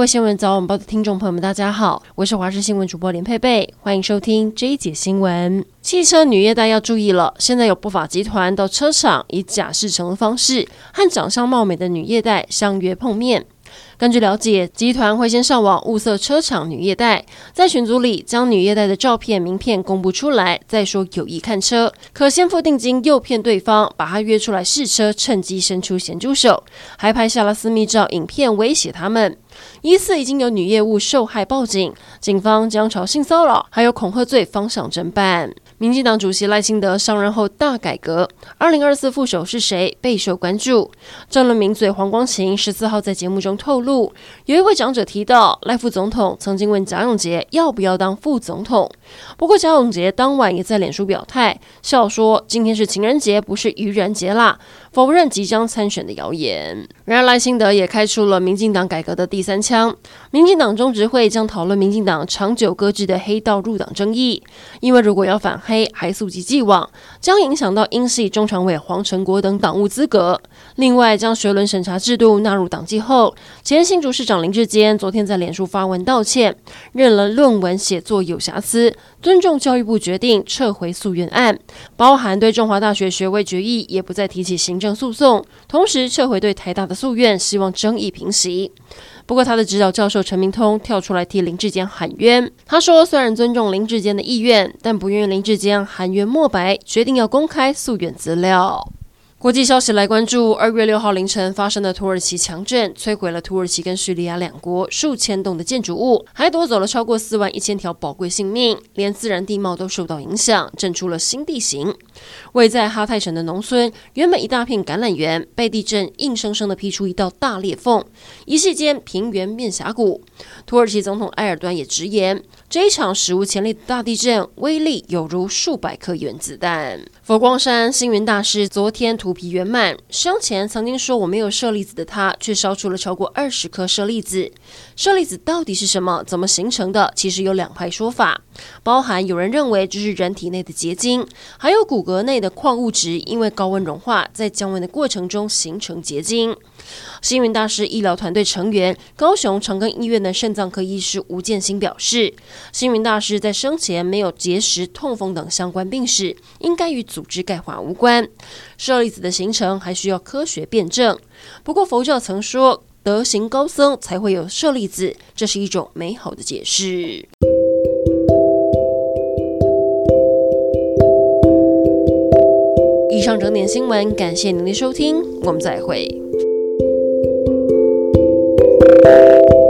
位新闻早晚报的听众朋友们，大家好，我是华视新闻主播连佩佩，欢迎收听这一节新闻。汽车女业代要注意了，现在有不法集团到车厂以假试乘的方式和长相貌美的女业代相约碰面。根据了解，集团会先上网物色车厂女业代，在群组里将女业代的照片、名片公布出来，再说有意看车，可先付定金诱骗对方，把他约出来试车，趁机伸出咸猪手，还拍下了私密照、影片威胁他们。疑似已经有女业务受害报警，警方将朝性骚扰还有恐吓罪方向侦办。民进党主席赖清德上任后大改革，2024副手是谁备受关注。政论名嘴黄光芹14号在节目中透露，有一位长者提到赖副总统曾经问贾永杰要不要当副总统，不过贾永杰当晚也在脸书表态，笑说今天是情人节，不是愚人节啦，否认即将参选的谣言。然而赖清德也开出了民进党改革的第三枪，民进党中执会将讨论民进党长久搁置的黑道入党争议，因为如果要反黑，还溯及既往，将影响到英系中常委黄成国等党务资格。另外，将学伦审查制度纳入党纪后，前新竹市长林智坚昨天在脸书发文道歉，认了论文写作有瑕疵，尊重教育部决定撤回诉愿案，包含对中华大学学位决议也不再提起行政诉讼，同时撤回对台大的诉愿，希望争议平息。不过他的指导教授陈明通跳出来替林智坚喊冤，他说虽然尊重林智坚的意愿，但不愿意林智坚含冤莫白，决定要公开诉愿资料。国际消息来关注，2月6号凌晨发生的土耳其强震，摧毁了土耳其跟叙利亚两国数千栋的建筑物，还夺走了超过41000条宝贵性命，连自然地貌都受到影响，震出了新地形。位在哈泰省的农村，原本一大片橄榄园，被地震硬生生地劈出一道大裂缝，一夕间平原变峡谷。土耳其总统埃尔段也直言，这一场史无前例的大地震，威力有如数百颗原子弹。佛光山星云大师昨天图皮圆满，生前曾经说我没有舍利子的他，却烧出了超过20颗舍利子。舍利子到底是什么？怎么形成的？其实有两派说法，包含有人认为这是人体内的结晶，还有骨骼内的矿物质因为高温融化，在降温的过程中形成结晶。星云大师医疗团队成员、高雄长庚医院的肾脏科医师吴建新表示，星云大师在生前没有结石、痛风等相关病史，应该与组织钙化无关。舍利子的形成还需要科学辩证。不过佛教曾说，德行高僧才会有舍利子，这是一种美好的解释。以上整点新闻，感谢您的收听，我们再会。